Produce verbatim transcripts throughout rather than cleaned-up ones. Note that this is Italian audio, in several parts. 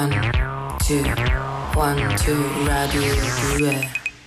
One, two, one, two, Radio due.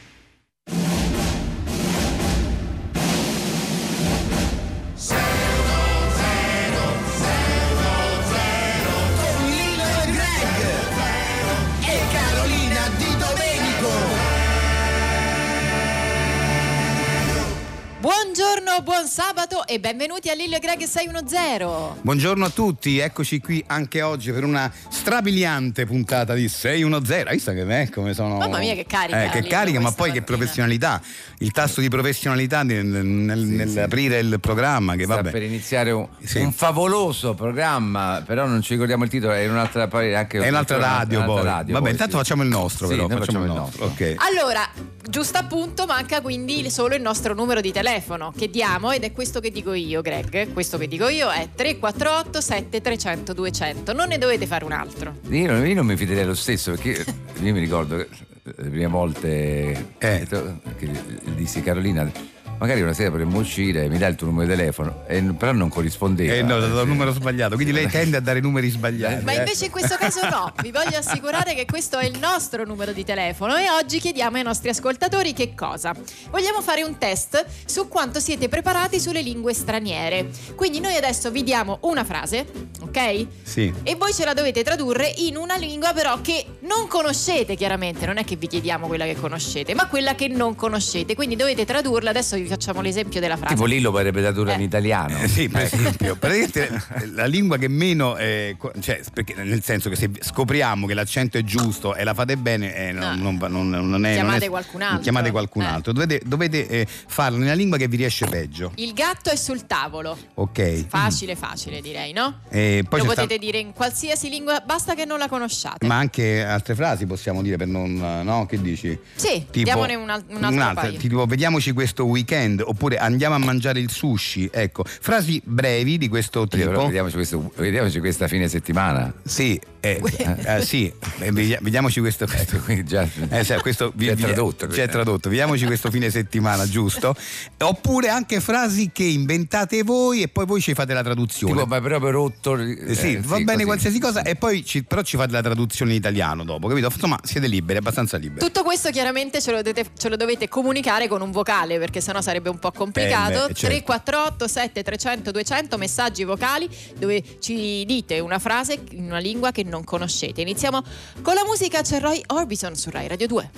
Buongiorno, buon sabato e benvenuti a Lillo e Greg sei uno zero. Buongiorno a tutti, eccoci qui anche oggi per una strabiliante puntata di sei uno zero. Hai visto che me, come sono? Mamma mia che carica. Eh, che Lillo, carica, ma poi mattina. che professionalità. Il tasso di professionalità nel, nel, sì, nell'aprire sì. il programma che Sta vabbè. per iniziare un, Sì. un favoloso programma, però non ci ricordiamo il titolo, è in un'altra poi anche È un'altra radio un'altra poi. radio, Vabbè, poi, intanto sì. facciamo il nostro, Sì, però noi facciamo il facciamo il nostro. Ok. Allora, giusto appunto, manca quindi solo il nostro numero di telefono che diamo ed è questo che dico io, Greg. Questo che dico io è tre quattro otto sette tre zero zero due zero zero. Non ne dovete fare un altro. Io, non- io non mi fiderei lo stesso, perché io mi ricordo che le prime volte Eh. che dissi Carolina, magari una sera potremmo uscire, mi dai il tuo numero di telefono, e, però non corrispondeva. Eh no, ho dato il numero sbagliato, quindi lei tende a dare numeri sbagliati. Ma eh. invece in questo caso no, vi voglio assicurare che questo è il nostro numero di telefono e oggi chiediamo ai nostri ascoltatori che cosa? Vogliamo fare un test su quanto siete preparati sulle lingue straniere. Quindi noi adesso vi diamo una frase, ok? Sì. E voi ce la dovete tradurre in una lingua però che non conoscete, chiaramente, non è che vi chiediamo quella che conoscete, ma quella che non conoscete, quindi dovete tradurla. Adesso vi facciamo l'esempio della frase. Tipo Lillo potrebbe tradurre Eh. in italiano. Eh, sì, per esempio, praticamente la lingua che meno, eh, co- cioè, perché nel senso che se scopriamo che l'accento è giusto e la fate bene, eh, non, No. non, non, non è. Chiamate non è- qualcun altro. Chiamate qualcun Eh. altro. Dovete, dovete eh, farlo nella lingua che vi riesce peggio. Il gatto è sul tavolo. Ok. Facile, facile direi, no? E poi Lo c'è potete sta- dire in qualsiasi lingua, basta che non la conosciate. Ma anche altre frasi possiamo dire per non. No? Che dici? Sì, Tipo, diamone un, al- un altro un'altra, paio. tipo vediamoci questo weekend, oppure andiamo a mangiare il sushi. Ecco, frasi brevi di questo Sì, però tipo. vediamoci, questo, vediamoci questa fine settimana. Sì, eh, eh, sì, eh, vedi- vediamoci questo. questo Quindi già, Eh, sì, questo vi- già vi- tradotto. C'è tradotto, vediamoci questo fine settimana, giusto? Oppure anche frasi che inventate voi e poi voi ci fate la traduzione. Tipo, ma proprio rotto. Eh, sì, eh, va bene così. qualsiasi cosa e poi ci, però ci fate la traduzione in italiano dopo, capito? Insomma, siete liberi, abbastanza liberi. Tutto questo chiaramente ce lo, dovete, ce lo dovete comunicare con un vocale, perché sennò sarebbe un po' complicato. Eh, beh, certo. tre quattro otto sette tre zero zero due zero zero messaggi vocali dove ci dite una frase in una lingua che non conoscete. Iniziamo con la musica, c'è Roy Orbison su Rai Radio due.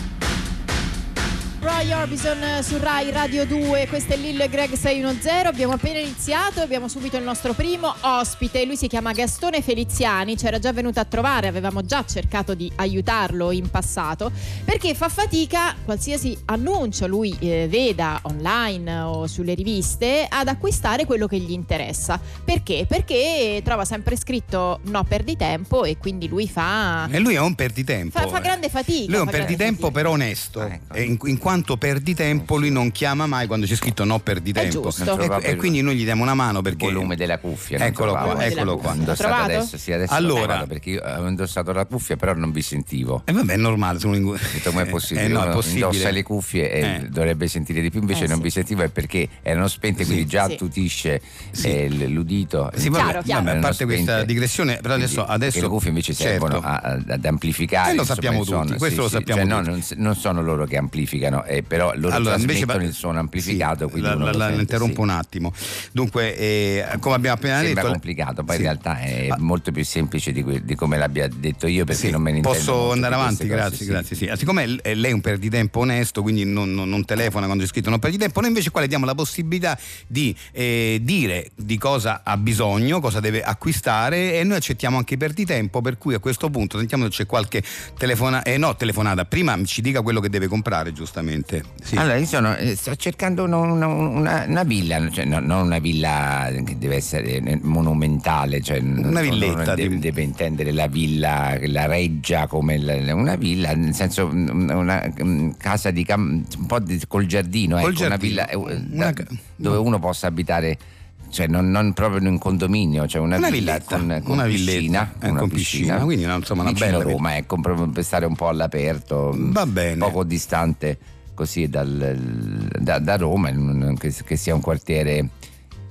Roy Orbison su Rai Radio due, questo è Lillo e Greg sei uno zero. Abbiamo appena iniziato, abbiamo subito il nostro primo ospite. Lui si chiama Gastone Feliziani, c'era già venuto a trovare, avevamo già cercato di aiutarlo in passato, perché fa fatica, qualsiasi annuncio lui eh, veda online o sulle riviste, ad acquistare quello che gli interessa. Perché? Perché trova sempre scritto no perdi tempo e quindi lui fa, E lui è un perditempo. fa, fa grande fatica. Lui è un fa grande perditempo fatica. però onesto. Ecco. E in, in quanto perditempo lui non chiama mai quando c'è scritto no perditempo. giusto. E, e quindi noi gli diamo una mano perché Il volume della cuffia. non Eccolo trovavo. qua, eccolo qua. Ho indossato L'ha trovato? adesso, sì, adesso Allora. lo trovato, perché io avevo indossato la cuffia però non vi sentivo. E vabbè, è normale, sono in... Ho detto, com'è possibile? Eh, no, è Uno possibile. indossa le cuffie e Eh. dovrebbe sentire di più, invece Eh, non sì. vi sentivo, è perché erano spente, quindi già Sì. attutisce Sì. eh, l- l'udito. Sì, vabbè, Chiaro, chiaro. vabbè, a Erano parte questa spente. digressione, però Quindi, adesso, adesso perché le cuffie invece certo. servono a- a- ad amplificare. Eh, lo insomma, sappiamo il suono. tutti, questo Sì, lo sì. sappiamo Cioè, no, tutti. non, s- non sono loro che amplificano, eh, però loro Allora, invece trasmettono pa- il suono amplificato. sì, quindi la, uno la, lo la sente, interrompo sì. un attimo. Dunque, eh, come abbiamo appena Sembra detto, complicato, poi sì. in realtà è Ah. molto più semplice di, que- di come l'abbia detto io, perché Sì, non me ne intendo posso molto andare di avanti, queste grazie, cose, sì. grazie. Sì. Ah, siccome l- lei è un perditempo onesto, quindi non, non- non telefona quando c'è scritto non perditempo, noi invece qua le diamo la possibilità di eh, dire di cosa ha bisogno, cosa deve acquistare, e noi accettiamo anche i perditempo, per cui a questo punto sentiamo se c'è qualche telefona- eh, no, telefonata. Prima ci dica quello che deve comprare, giustamente. Sì. Allora, io sono, eh, sto cercando una, una, una- una villa, cioè, no- non una villa che deve essere eh, monumentale, cioè, Una non- villetta, non deve, di- deve intendere la villa, la reggia come la- una villa, nel senso una, una, mm, casa di cam- un po' di- col giardino, Col ecco, una giardino. villa eh, Una da- ca- dove uno possa abitare. Cioè non, non proprio in un condominio, cioè una, Una villa villetta, con, con una piscina, villetta, eh, una con piscina, quindi, no, insomma, una vicino bella villa. Roma, ecco, proprio per stare un po' all'aperto, Va bene. poco distante così dal, da, da Roma, che, che sia un quartiere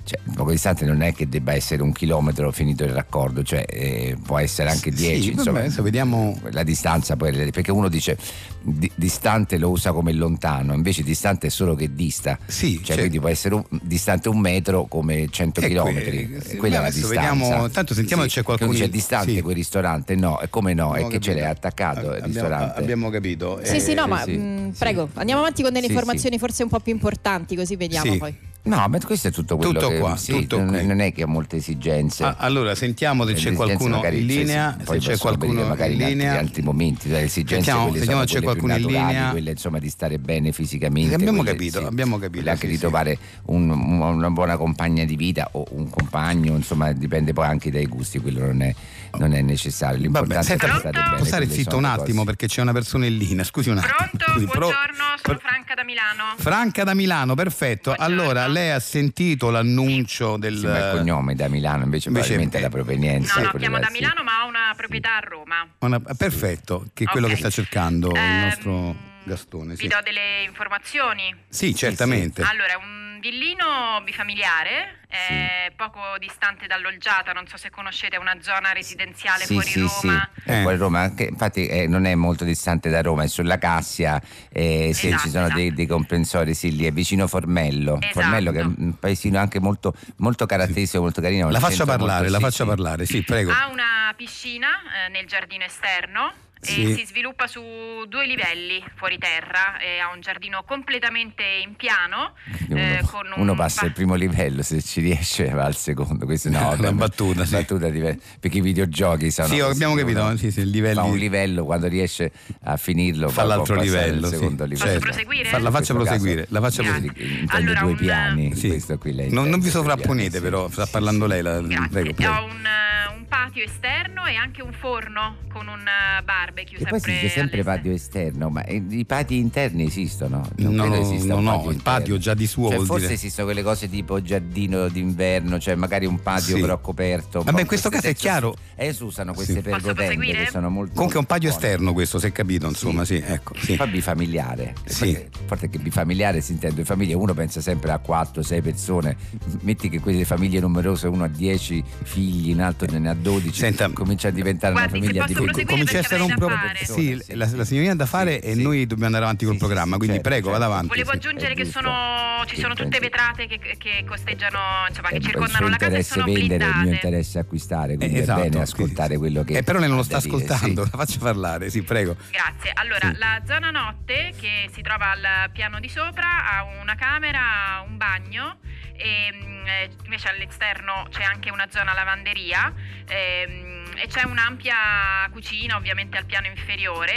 cioè, poco distante non è che debba essere un chilometro finito il raccordo, cioè eh, può essere anche dieci, sì, insomma, vabbè, adesso vediamo la distanza poi, perché uno dice di, distante lo usa come lontano, invece distante è solo che dista, sì, cioè, cioè, quindi può essere un, distante un metro come cento chilometri, que- quella è la adesso distanza. vediamo, tanto sentiamo sì, se c'è qualcuno. C'è distante sì. quel ristorante, no, e come no, Abbiamo è che ce capito. l'hai attaccato il abbiamo, ristorante. abbiamo capito. Sì, eh, sì, no, sì, ma sì, mh, sì. prego, andiamo avanti con delle Sì, informazioni forse un po' più importanti, così vediamo Sì. poi. No, ma questo è tutto quello Tutto che qua, sì, tutto non, qui. non è che ha molte esigenze. Ah, allora sentiamo se Le c'è esigenze qualcuno magari, in cioè, linea, sì, se poi c'è possono venire qualcuno magari in in altri, linea. altri momenti, le esigenze Sentiamo- quelle sentiamo sono se c'è quelle più qualcuno in naturali, linea. quelle insomma di stare bene fisicamente. Abbiamo quelle, capito, sì, abbiamo capito, quelle anche sì, di sì. trovare un- un- una buona compagna di vita o un compagno, insomma dipende poi anche dai gusti, quello non è, non è necessario. L'importante Vabbè, senta, è può stare bene. può stare quelle zitto sono un le attimo cose. perché c'è una persona in linea, scusi un attimo. Pronto? Scusi, pro- Buongiorno, sono pro- Franca da Milano. Franca da Milano, perfetto. Buongiorno. Allora, lei ha sentito l'annuncio del Sì, ma il cognome è da Milano, invece, Invece, probabilmente eh, la provenienza. No, no, quella chiamo là, da sì. Milano, ma ho una proprietà a Roma. una- perfetto, che è quello Ok. che sta cercando il Ehm, nostro Gastone. Vi Sì, do delle informazioni. sì certamente. Allora, è un villino bifamiliare, è poco distante dall'Olgiata, non so se conoscete, è una zona residenziale Sì, fuori sì, Roma. sì, Eh. fuori Roma, anche- infatti eh, non è molto distante da Roma, è sulla Cassia, eh, sì, Esatto, ci sono dei, esatto. dei comprensori, sì, lì è vicino Formello, Esatto. Formello che è un paesino anche molto, molto caratteristico, molto carino. La il faccia centro parlare, molto- la sì, faccia sì. parlare, sì, prego. Ha una piscina eh, nel giardino esterno. Sì. E si sviluppa su due livelli fuori terra, e ha un giardino completamente in piano. Uno, eh, con un uno passa pa- il primo livello, se ci riesce va al secondo. Questo no, Una vabbè, battuta, sì. battuta diver- perché i videogiochi sono. Sì, abbiamo così, capito, uno sì, sì, il livello fa un di- livello, quando riesce a finirlo Fa poi l'altro può passare al livello, sì. secondo livello. Posso proseguire? Fa- la faccia In questo proseguire, caso, la faccia Grazie. proseguire. intende Allora, due un- piani, Sì. questo qui lei Non, non vi intende, due sovrapponete piani, però, sì. sta parlando lei, la, Grazie. prego, prego. Ho un, eh, un patio esterno e anche un forno con un eh, barbecue. E poi si dice sempre all'esterno. patio esterno, ma eh, i pati interni esistono? Non No, credo esista un no, no, patio il patio interno. già di suo Cioè, vuol forse dire- esistono quelle cose tipo giardino d'inverno, cioè magari un patio Sì. però coperto. un Vabbè, po'. in questo Queste caso è chiaro. E si usano queste Sì. Posso pergotende proseguire? che sono molto. Comunque è un patio buone. esterno questo, si è capito, insomma, sì, ecco, sì. Poi bifamiliare. Sì. Perché- Forse che bifamiliare si intende famiglie, uno pensa sempre a quattro sei persone, metti che quelle famiglie numerose, uno ha dieci figli, un altro ne ha dodici, Senta- comincia a diventare Guardi, una famiglia se di posso venti. proseguire, Comincia a perché essere un avrei da pro- fare. sì, Sì, la, sì. la signorina ha da fare Sì, e sì. noi dobbiamo andare avanti col Sì, sì, programma, sì, quindi certo, prego, certo. vada avanti. Volevo sì. aggiungere è che giusto. sono, ci Sì, sono tutte penso- vetrate che, che costeggiano, insomma, che Eh, il circondano suo la casa e interesse sono vendere, il mio blindate. interesse acquistare, quindi Eh, esatto, è bene sì, ascoltare sì. quello che Eh, però lei non lo ha sta da dire, ascoltando, sì. la faccia parlare, sì, prego. Grazie. Allora, Sì. la zona notte, che si trova al piano di sopra, ha una camera, un bagno e mm, eh, invece all'esterno c'è anche una zona lavanderia ehm, e c'è un'ampia cucina ovviamente al piano inferiore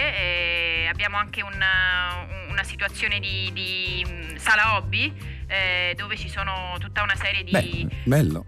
e abbiamo anche una, una situazione di, di mm, sala hobby eh, dove ci sono tutta una serie di... Beh, bello.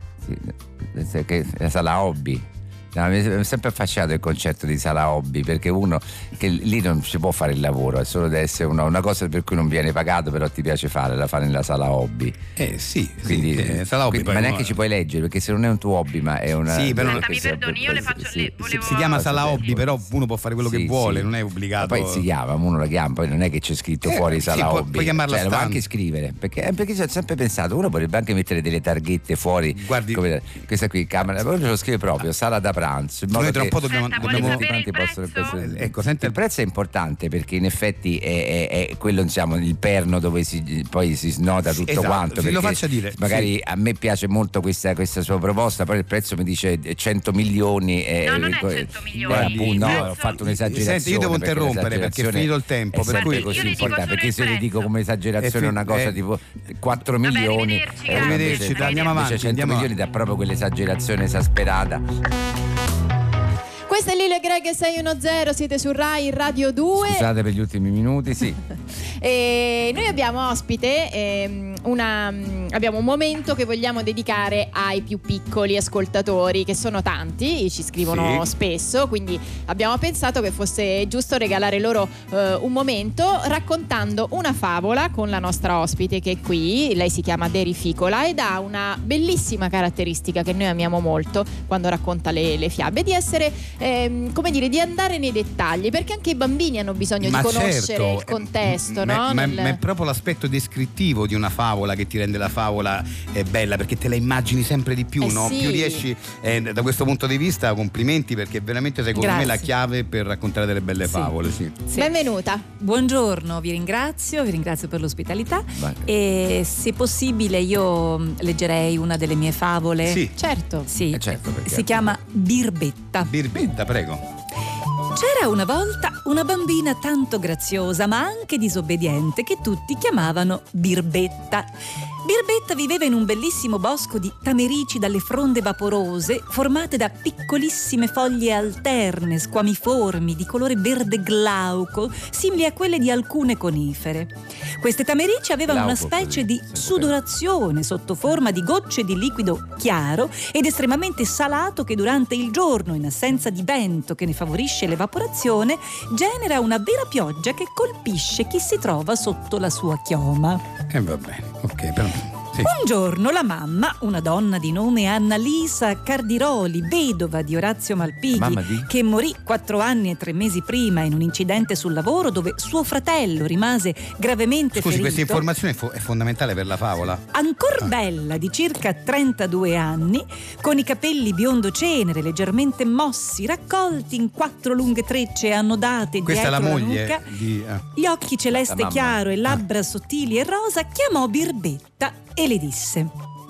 Sì, che la sala hobby. No, mi è sempre affascinato il concetto di sala hobby, perché uno che lì non si può fare il lavoro, è solo deve essere una, una cosa per cui non viene pagato, però ti piace fare, la fare nella sala hobby. Eh sì, Quindi, sì, eh, sala hobby, quindi- poi ma uno- neanche ci puoi leggere, perché se non è un tuo hobby, ma è una. Sì, però- Senta, mi perdoni, io le faccio... Sì, le, sì, volevo... si chiama sala Sì. hobby, però uno può fare quello che Sì, vuole, sì. non è Ma obbligato. poi si chiama, uno la chiama, poi non è che c'è scritto Eh, fuori sì, sala può- hobby. puoi chiamarla cioè, lo puoi stand. anche scrivere, perché, eh, perché ci ho sempre pensato, uno potrebbe anche mettere delle targhette fuori. Guardi- come, questa qui, camera, poi lo scrive proprio, sala da pranzo. In modo Noi tra un che po' dobbiamo, Senta, vuole dobbiamo- sapere il possono prezzo? pensare- Ecco, senta il prezzo è importante perché in effetti è, è- è quello, diciamo, il perno dove si, poi si snota Sì, tutto esatto, quanto. sì, lo perché faccia dire, magari sì. a me piace molto questa, questa sua proposta, poi il prezzo mi dice cento milioni. E, No, non è e- cento milioni. Eh, appunto, Il no, prezzo- ho fatto un'esagerazione. Senti, io devo perché interrompere perché è l'esagerazione finito il tempo, è per sempre cui- così Io le dico importante, solo perché il se le prezzo. dico come esagerazione È una fi- cosa eh. tipo quattro Vabbè, milioni, arrivederci, eh, grazie. invece- Arrivederci, andiamo avanti, invece cento andiamo milioni avanti. dà proprio quell'esagerazione esasperata. Questo è Lille Greg sei uno zero, siete su Rai Radio due. Scusate per gli ultimi minuti, sì. E noi abbiamo ospite ehm, una, mm, abbiamo un momento che vogliamo dedicare ai più piccoli ascoltatori, che sono tanti, ci scrivono Sì. spesso, quindi abbiamo pensato che fosse giusto regalare loro eh, un momento raccontando una favola con la nostra ospite che è qui. Lei si chiama Derificola ed ha una bellissima caratteristica che noi amiamo molto quando racconta le, le fiabe, di essere ehm, come dire, di andare nei dettagli, perché anche i bambini hanno bisogno Ma di conoscere certo, il contesto, ma- no? ma, Nel- ma è proprio l'aspetto descrittivo di una favola favola che ti rende la favola eh, bella, perché te la immagini sempre di più, Eh no? sì. Più riesci, eh, da questo punto di vista complimenti, perché veramente secondo Grazie. me la chiave per raccontare delle belle Sì. favole, sì. Sì. Benvenuta. Buongiorno, vi ringrazio, vi ringrazio per l'ospitalità. Vai. E se possibile io mh, leggerei una delle mie favole. Sì. Certo. Sì. Eh, certo, perché- Si chiama Birbetta. Birbetta, prego. C'era una volta una bambina tanto graziosa ma anche disobbediente che tutti chiamavano Birbetta. Birbetta viveva in un bellissimo bosco di tamerici dalle fronde vaporose formate da piccolissime foglie alterne, squamiformi, di colore verde glauco, simili a quelle di alcune conifere. Queste tamerici avevano una Glauco, specie così, di sempre. sudorazione sotto forma di gocce di liquido chiaro ed estremamente salato che durante il giorno, in assenza di vento che ne favorisce l'evaporazione, genera una vera pioggia che colpisce chi si trova sotto la sua chioma. E eh, va bene, ok, però sì. Un giorno la mamma, una donna di nome Annalisa Cardiroli, vedova di Orazio Malpighi, Mamma di? che morì quattro anni e tre mesi prima in un incidente sul lavoro dove suo fratello rimase gravemente Scusi, ferito. questa informazione è, fo- è fondamentale per la favola. Ancor bella, di circa trentadue anni, con i capelli biondo cenere leggermente mossi, raccolti in quattro lunghe trecce annodate Questa è la dietro moglie nuca, di eh. gli occhi celeste La mamma. chiaro e labbra sottili e rosa, chiamò Birbetta e le disse: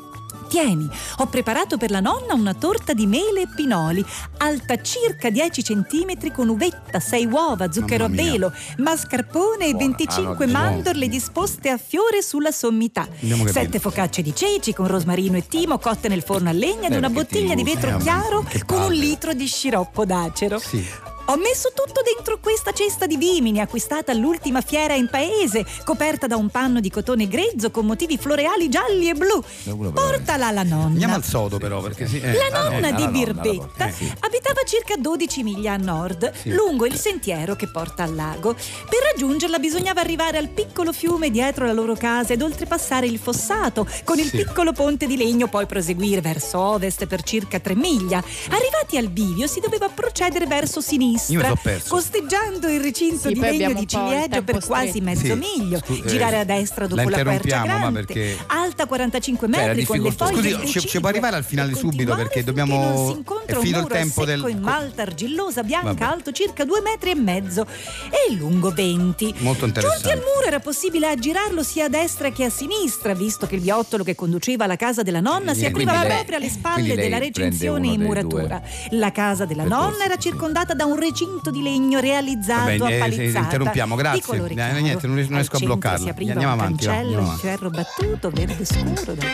tieni, ho preparato per la nonna una torta di mele e pinoli, alta circa dieci centimetri, con uvetta, sei uova, zucchero a Mamma mia. velo, mascarpone e Buona. venticinque Ah, no, mandorle disposte a fiore sulla sommità, Abbiamo capito. sette focacce di ceci con rosmarino e timo cotte nel forno a legna ed Eh, una che bottiglia di ti vetro usa, eh, chiaro che con un palle. litro di sciroppo d'acero. Sì. Ho messo tutto dentro questa cesta di vimini acquistata all'ultima fiera in paese, coperta da un panno di cotone grezzo con motivi floreali gialli e blu. Uno per- Portala alla nonna. Andiamo al sodo però, perché sì. eh. La nonna eh, di alla nonna, Birbetta la- eh, sì. abitava circa dodici miglia a nord, Sì. lungo il sentiero che porta al lago. Per raggiungerla bisognava arrivare al piccolo fiume dietro la loro casa ed oltrepassare il fossato con il Sì. piccolo ponte di legno, poi proseguire verso ovest per circa tre miglia. Arrivati al bivio si doveva procedere verso Io mi sinistra, sono perso. costeggiando il recinto Sì, di poi legno abbiamo di un po' il ciliegio tempo per quasi stretto. mezzo Sì. miglio, Scu- eh, girare a destra dopo la la quercia interrompiamo, ma grande, perché- alta quarantacinque Beh, era metri con le difficoltoso. foglie Scusi, ci- ci decidue, può arrivare al finale e subito, continuare perché finché dobbiamo- non si è incontra finito un il muro tempo a secco del- in malta argillosa bianca, Vabbè. alto circa due metri e mezzo e lungo venti. Molto interessante. Giunti al muro era possibile aggirarlo sia a destra che a sinistra, visto che il viottolo che conduceva alla casa della nonna si Niente, apriva quindi lei- proprio alle quindi spalle lei della prende recinzione in uno dei muratura. due La casa della percorsi, nonna era sì. circondata da un recinto di legno realizzato Va bene, a eh, palizzata. interrompiamo, grazie. Di colore Eh, chiaro. niente, non riesco- non Al riesco a centro bloccarla. Si apriva Andiamo un avanti, va, cancello andiamo in ferro battuto, verde scuro. da-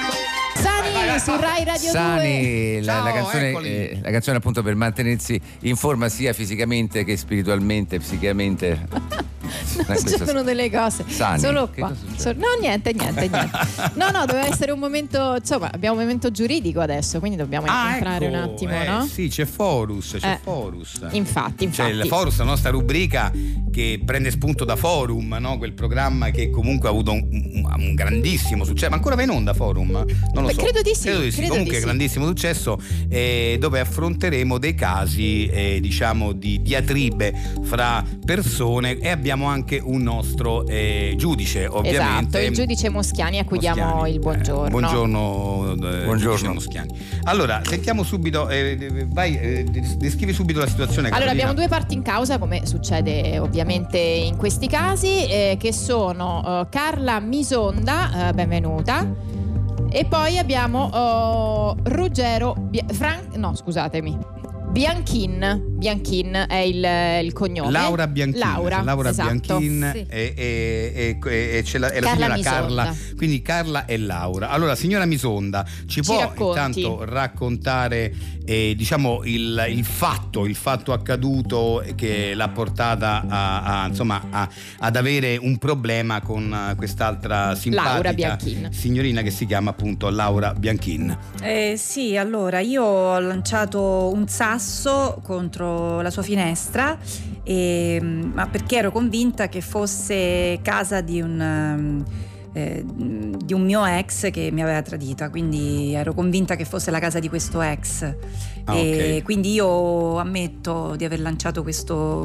Sani su Rai Radio due. Sani, la, Ciao, la canzone, eccoli. eh, la canzone appunto per mantenersi in forma sia fisicamente che spiritualmente, psicamente. Non questo- succedono delle cose. Sani, Solo che qua. cosa succede? So- no, niente, niente, niente. No, no, doveva essere un momento. Insomma, abbiamo un momento giuridico adesso, quindi dobbiamo Ah, entrare ecco, un attimo, eh, no? Sì, c'è Forus, c'è Eh, Forus. Infatti, C'è infatti. il Forus, la nostra rubrica che prende spunto da Forum, no? Quel programma che comunque ha avuto un, un- un grandissimo successo. Ma ancora va in onda Forum? Non lo Beh, so. credo di sì, Credo di sì. credo Comunque di sì. grandissimo successo, eh, dove affronteremo dei casi eh, diciamo di diatribe fra persone e abbiamo anche un nostro eh, giudice, ovviamente. Esatto, il giudice Moschiani a cui diamo Moschiani. il buongiorno. Eh, buongiorno, eh, Buongiorno. giudice Moschiani. Allora, sentiamo subito, eh, vai, eh, descrivi subito la situazione. Allora, Carolina. abbiamo due parti in causa, come succede ovviamente in questi casi, eh, che sono eh, Carla Misonda, eh, benvenuta, e poi abbiamo oh, Ruggero Bia- Fran- no, scusatemi. Bianchin, Bianchin è il, il cognome. Laura Bianchin, Laura, Laura esatto. Bianchin Sì. e, e- e- e c'è la, è la Carla signora Misonda. Carla, quindi Carla e Laura. Allora, signora Misonda, ci, Ci può racconti. intanto raccontare eh, diciamo il, il fatto, il fatto accaduto che l'ha portata a, a, insomma, a- ad avere un problema con eh, quest'altra simpatica Laura Bianchin. signorina che si chiama appunto Laura Bianchin. Eh, sì, allora io ho lanciato un sasso contro la sua finestra, e, ma perché ero convinta che fosse casa di un, um, eh, di un mio ex che mi aveva tradita, quindi ero convinta che fosse la casa di questo ex. Ah, E ok. quindi io ammetto di aver lanciato questo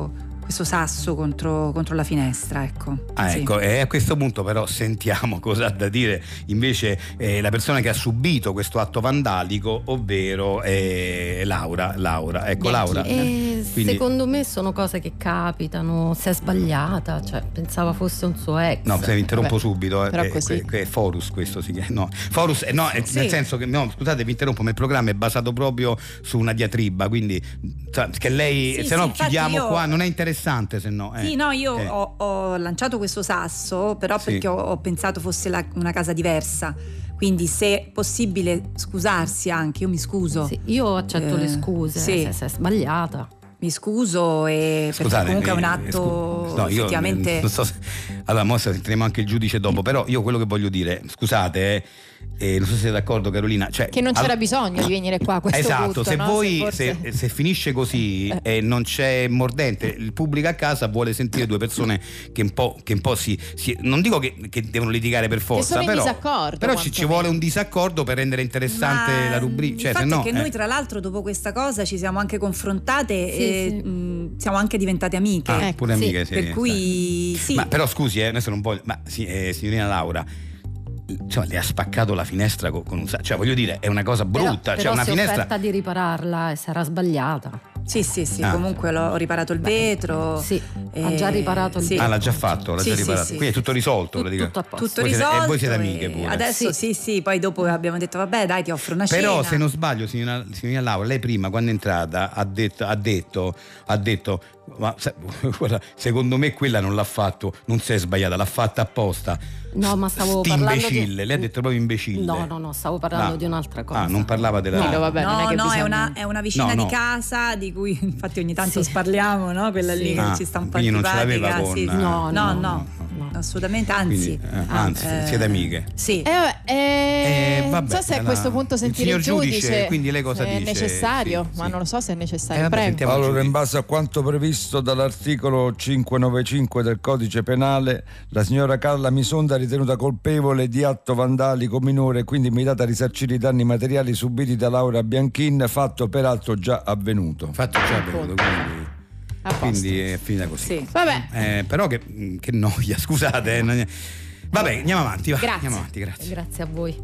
questo sasso contro, contro la finestra, ecco. Ah, Sì. ecco, e a questo punto però sentiamo cosa ha da dire invece eh, la persona che ha subito questo atto vandalico, ovvero eh, Laura. Laura, ecco Laura. E Quindi- secondo me sono cose che capitano, si è sbagliata, cioè pensava fosse un suo ex. No, se vi interrompo Vabbè, subito, eh, però eh, così. que- que- è Forus questo si chiama. No, Forus, eh, no, eh, Sì. nel senso che, no, scusate, vi interrompo, ma il programma è basato proprio su una diatriba, quindi cioè, che lei, Sì, se sì, no infatti chiudiamo io- qua, non è interessante se no. eh. Sì, no, io Eh. ho, ho lanciato questo sasso, però Sì. perché ho, ho pensato fosse la- una casa diversa. Quindi se è possibile scusarsi anche, io mi scuso. Sì, io accetto Eh, le scuse, sì. se, se è sbagliata. Mi scuso e perché Scusate, comunque è un eh, atto scu- no, io effettivamente. non so se- allora, mo sentiremo anche il giudice dopo, però io quello che voglio dire, scusate, eh, eh, non so se siete d'accordo Carolina, cioè, Che non c'era all- bisogno di venire qua a questo esatto, punto, se no? voi forse- se, se finisce così Eh. e non c'è mordente, il pubblico a casa vuole sentire due persone che un po', che un po' si, si- non dico che, che devono litigare per forza, sono in però, disaccordo, però ci, ci quantomeno. vuole un disaccordo per rendere interessante Ma la rubrica, cioè il se fatto no è che eh. noi tra l'altro dopo questa cosa ci siamo anche confrontate Sì, e sì. mh, siamo anche diventate amiche. Ah, Ecco, pure sì. amiche, sì, per cui sì. Ma però scusi, eh, adesso non voglio. Ma sì, eh, signorina Laura, insomma, le ha spaccato la finestra con, con un sa- cioè voglio dire, è una cosa brutta. Però, cioè però una si è finestra. offerta di ripararla e sarà sbagliata. Sì, sì, sì, Ah. comunque l'ho ho riparato il vetro. Sì, e- ha già riparato il sì. Ah, l'ha già fatto, l'ha Sì, già sì, riparato. sì. Quindi è tutto risolto, Tut- praticamente. tutto a posto. Tutto Voi siete- risolto. e voi siete e amiche pure. Adesso sì. sì, poi dopo abbiamo detto vabbè, dai, ti offro una Però cena. se non sbaglio, signora, signorina Laura, lei prima quando è entrata ha detto, ha detto, ha detto ma sa- guarda, secondo me quella non l'ha fatto, non si è sbagliata, l'ha fatta apposta. No, ma stavo Sti parlando imbecille, di... lei ha detto proprio imbecille. No, no, no, stavo parlando Ah. di un'altra cosa. Ah, non parlava della Dillo, vabbè, non è no, che no, è bisogna- una, è una vicina No, no. di casa di cui infatti ogni tanto Sì. sparliamo, no? Quella Sì. lì che Ah, ci sta un po' quindi non ce antipatica. l'aveva con- sì. eh, no, no, no, no, no. assolutamente, anzi. Quindi, eh, anzi, eh, siete amiche. Sì. Eh, vabbè, eh, Eh, non vabbè, so se a la- questo punto il sentire il signor giudice, giudice, quindi lei cosa se è dice? necessario, Sì, ma sì. non lo so se è necessario. Eh, vabbè, Prego. sentiamo il Allora, in giudice. base a quanto previsto dall'articolo cinquecentonovantacinque del Codice Penale, la signora Carla Misonda è ritenuta colpevole di atto vandalico minore e quindi immediata a risarcire i danni materiali subiti da Laura Bianchin, fatto peraltro già avvenuto. Fatto già avvenuto, quindi, A posto. quindi è finita così. Sì. Vabbè, Eh, però che, che noia, scusate. eh, non- Vabbè, andiamo avanti, va. Grazie. Andiamo avanti, grazie. Grazie a voi.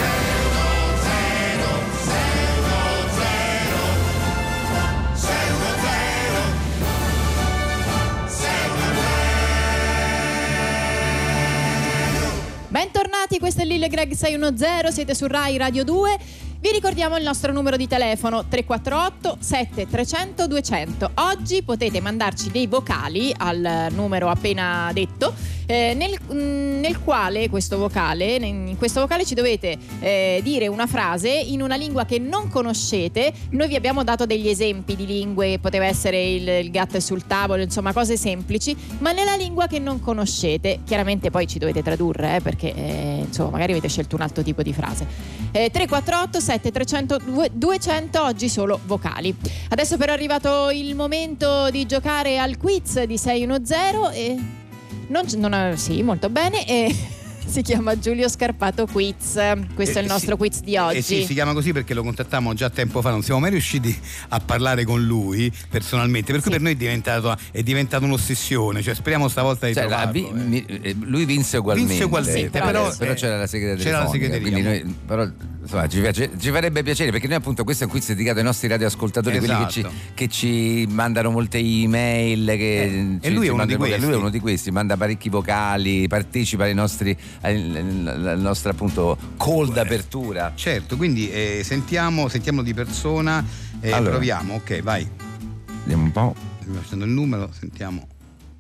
bentornati, questo è Lille Greg sei uno zero, siete su Rai Radio due. Vi ricordiamo il nostro numero di telefono tre quattro otto sette tre zero zero due zero zero. Oggi potete mandarci dei vocali al numero appena detto, eh, nel, mh, nel quale questo vocale, in questo vocale ci dovete eh, dire una frase in una lingua che non conoscete. Noi vi abbiamo dato degli esempi di lingue, poteva essere il, il gatto è sul tavolo, insomma cose semplici, ma nella lingua che non conoscete. Chiaramente poi ci dovete tradurre, eh, perché eh, insomma magari avete scelto un altro tipo di frase. eh, tre quattro otto sette tre zero zero due zero zero, oggi solo vocali. Adesso però è arrivato il momento di giocare al quiz di sei uno zero e non, non sì, molto bene, e si chiama Giulio Scarpato Quiz. Questo Eh, è il nostro sì. quiz di oggi. Eh sì, si chiama così perché lo contattammo già tempo fa, non siamo mai riusciti a parlare con lui personalmente, per cui Sì. per noi è diventato, è diventato un'ossessione, cioè speriamo stavolta di Cioè, la- trovarlo. vi- eh. mi- eh, lui vinse ugualmente, Vinse ugualmente, Sì, però- però, però- c'era la segreteria c'era la telefonica, segreteria. quindi noi, però insomma, ci, piace- ci farebbe piacere, perché noi appunto questo è un quiz dedicato ai nostri radioascoltatori, quelli che ci, Esatto. che ci mandano molte email, che Eh, ci- e lui ci è uno mandano di vocali. questi. Lui è uno di questi, manda parecchi vocali, partecipa ai nostri alla nostra appunto call d'apertura. Certo, quindi eh, sentiamo, sentiamo di persona e Allora. proviamo, ok, vai. Vediamo un po'. Stiamo facendo il numero, sentiamo.